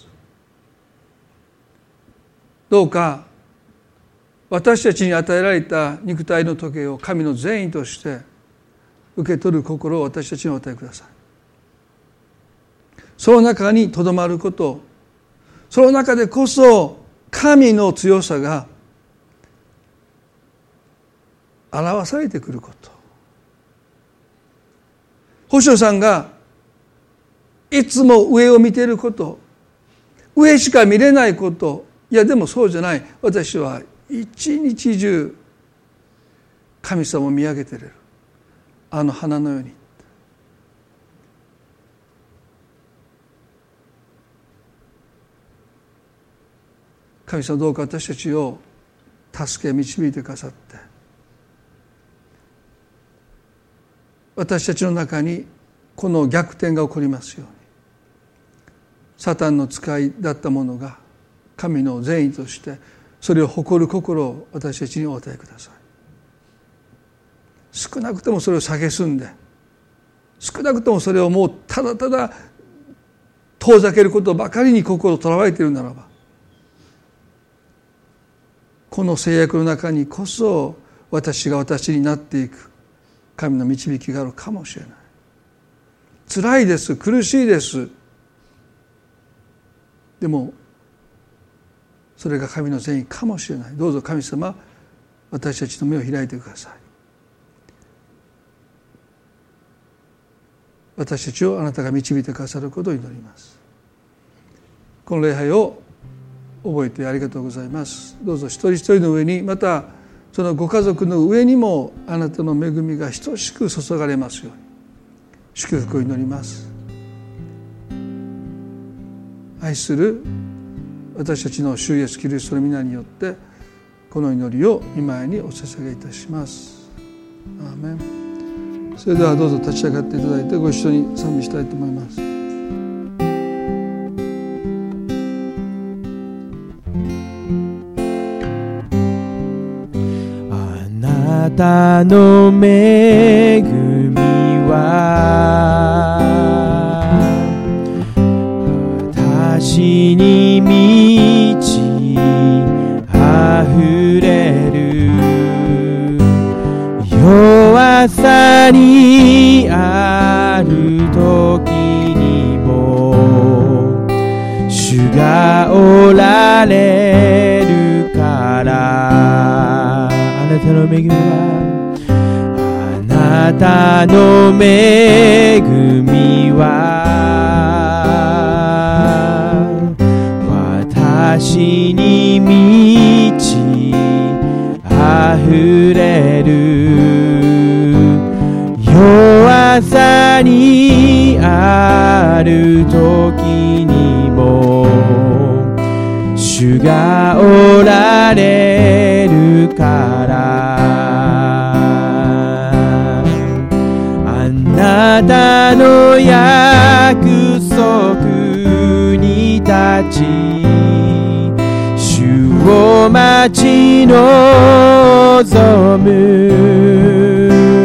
どうか私たちに与えられた肉体の棘を神の善意として受け取る心を私たちにお与えください。その中にとどまること、その中でこそ神の強さが表されてくること。星野さんがいつも上を見ていること、上しか見れないこと、いやでもそうじゃない、私は一日中神様を見上げている、あの花のように。神様どうか私たちを助け導いてくださって、私たちの中にこの逆転が起こりますように、サタンの使いだったものが神の善意としてそれを誇る心を私たちにお与えください。少なくともそれを蔑んで、少なくともそれをもうただただ遠ざけることばかりに心をとらわれているならば、この制約の中にこそ私が私になっていく神の導きがあるかもしれない。辛いです、苦しいです。でもそれが神の善意かもしれない。どうぞ神様、私たちの目を開いてください。私たちをあなたが導いてくださることを祈ります。この礼拝を覚えてありがとうございます。どうぞ一人一人の上に、またそのご家族の上にもあなたの恵みが等しく注がれますように祝福を祈ります。愛する私たちの主イエスキリストの皆によってこの祈りを御前にお捧げいたします。アーメン。それではどうぞ立ち上がっていただいてご一緒に賛美したいと思います。 あなたの恵みは私に満ち溢れる。弱さにある時にも主がおられるから。あなたの恵みは、あなたの恵みは私に満ち溢れる。弱さにある時にも主がおられるから。あなたの約束に立ち主を待ち望む。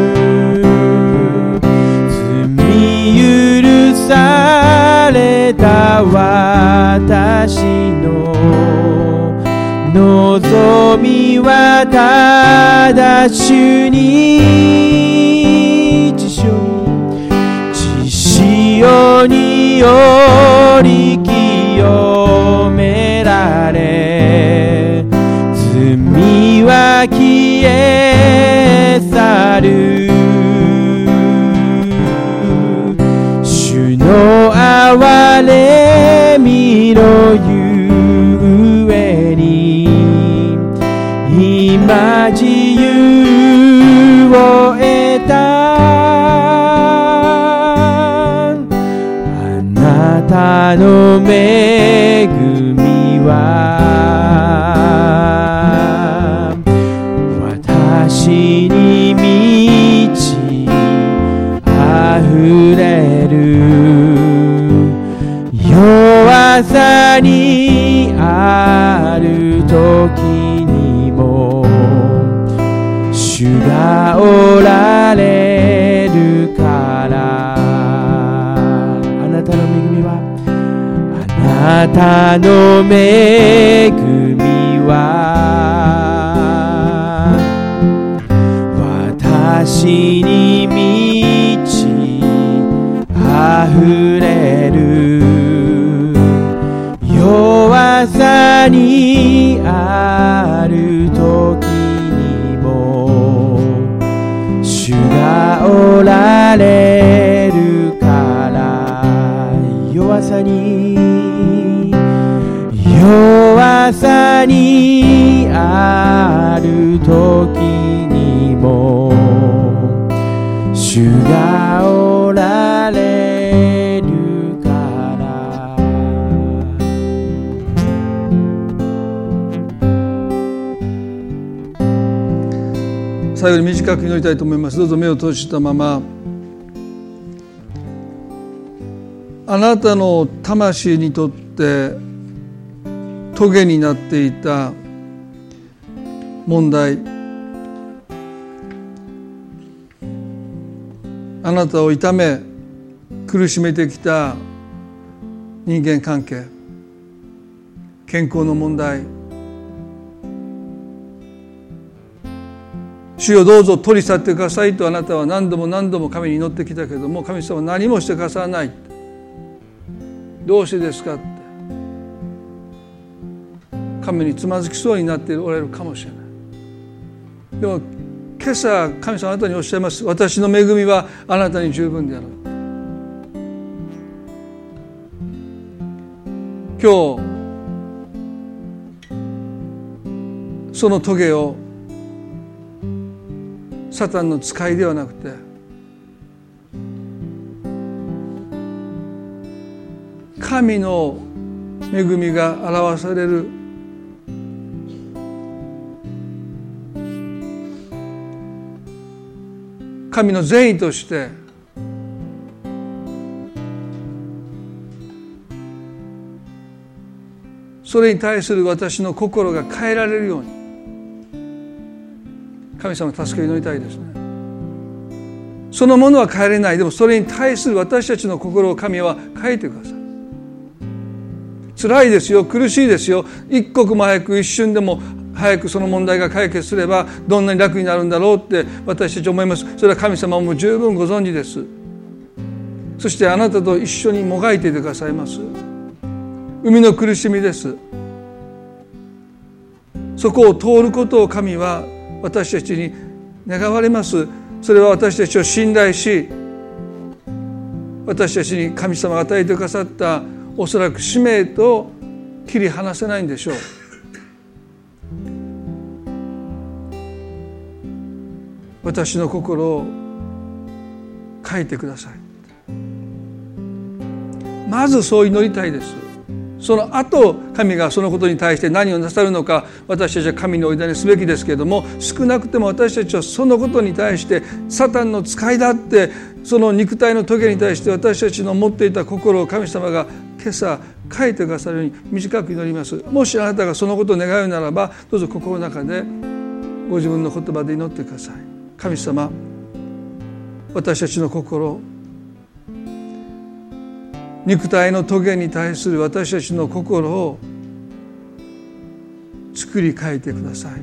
罪許された私の望みはただ主に血潮により清められ罪は消え去る。主の憐れみのゆえに今自由を得た。 たの恵みは私に満ち溢れる。弱さにある時にも主がおられるから。あなたの恵みは、あなたの恵みは私に満ち溢れる。弱さにある時にも主がおられるから。弱さにある時にも主がおられるから。 最後に短く祈りたいと思います。どうぞ目を閉じたまま、あなたの魂にとって棘になっていた問題、あなたを痛め苦しめてきた人間関係、健康の問題、主よどうぞ取り去ってくださいとあなたは何度も何度も神に祈ってきたけれども、神様は何もしてくださらない。どうしてですかって神につまずきそうになっておられるかもしれない。でも今朝神様あなたにおっしゃいます。私の恵みはあなたに十分である。今日その棘をサタンの使いではなくて神の恵みが表される神の善意としてそれに対する私の心が変えられるように神様の助けを祈りたいですね。そのものは変えれない。でもそれに対する私たちの心を神は変えてください。辛いですよ、苦しいですよ。一刻も早く一瞬でも早くその問題が解決すればどんなに楽になるんだろうって私たち思います。それは神様も十分ご存知です。そしてあなたと一緒にもがいていてくださいます。海の苦しみです。そこを通ることを神は私たちに願われます。それは私たちを信頼し、私たちに神様が与えてくださったおそらく使命と切り離せないんでしょう。私の心を変えてください。まずそう祈りたいです。その後神がそのことに対して何をなさるのか私たちは神にお委ねすべきですけれども、少なくても私たちはそのことに対してサタンの使いだってその肉体の棘に対して私たちの持っていた心を神様が今朝変えてくださるように短く祈ります。もしあなたがそのことを願うならばどうぞ心の中でご自分の言葉で祈ってください。神様、私たちの心、肉体の棘に対する私たちの心を作り変えてください。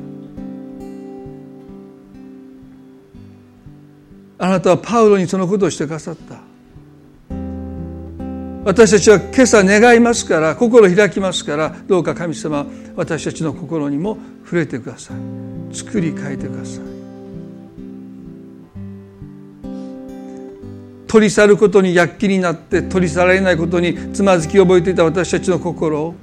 あなたはパウロにそのことをしてくださった。私たちは今朝願いますから、心を開きますから、どうか神様、私たちの心にも触れてください。作り変えてください。取り去ることに躍起になって取り去られないことにつまずきを覚えていた私たちの心を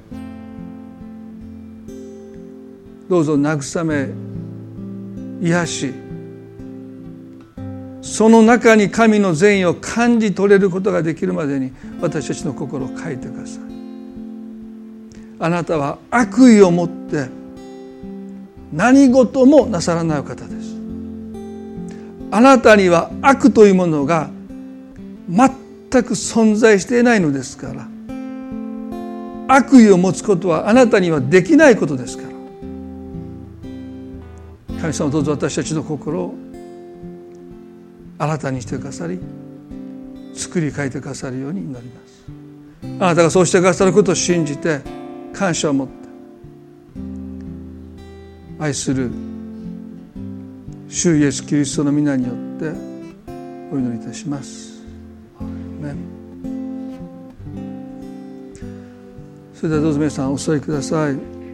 どうぞ慰め癒しその中に神の善意を感じ取れることができるまでに私たちの心を変えてください。あなたは悪意を持って何事もなさらないお方です。あなたには悪というものが全く存在していないのですから、悪意を持つことはあなたにはできないことですから、神様どうぞ私たちの心を新たにしてくださり、作り変えてくださるように祈ります。あなたがそうしてくださることを信じて感謝を持って愛する主イエスキリストの皆によってお祈りいたします。アーメン。それではどうぞ皆さんお座りください。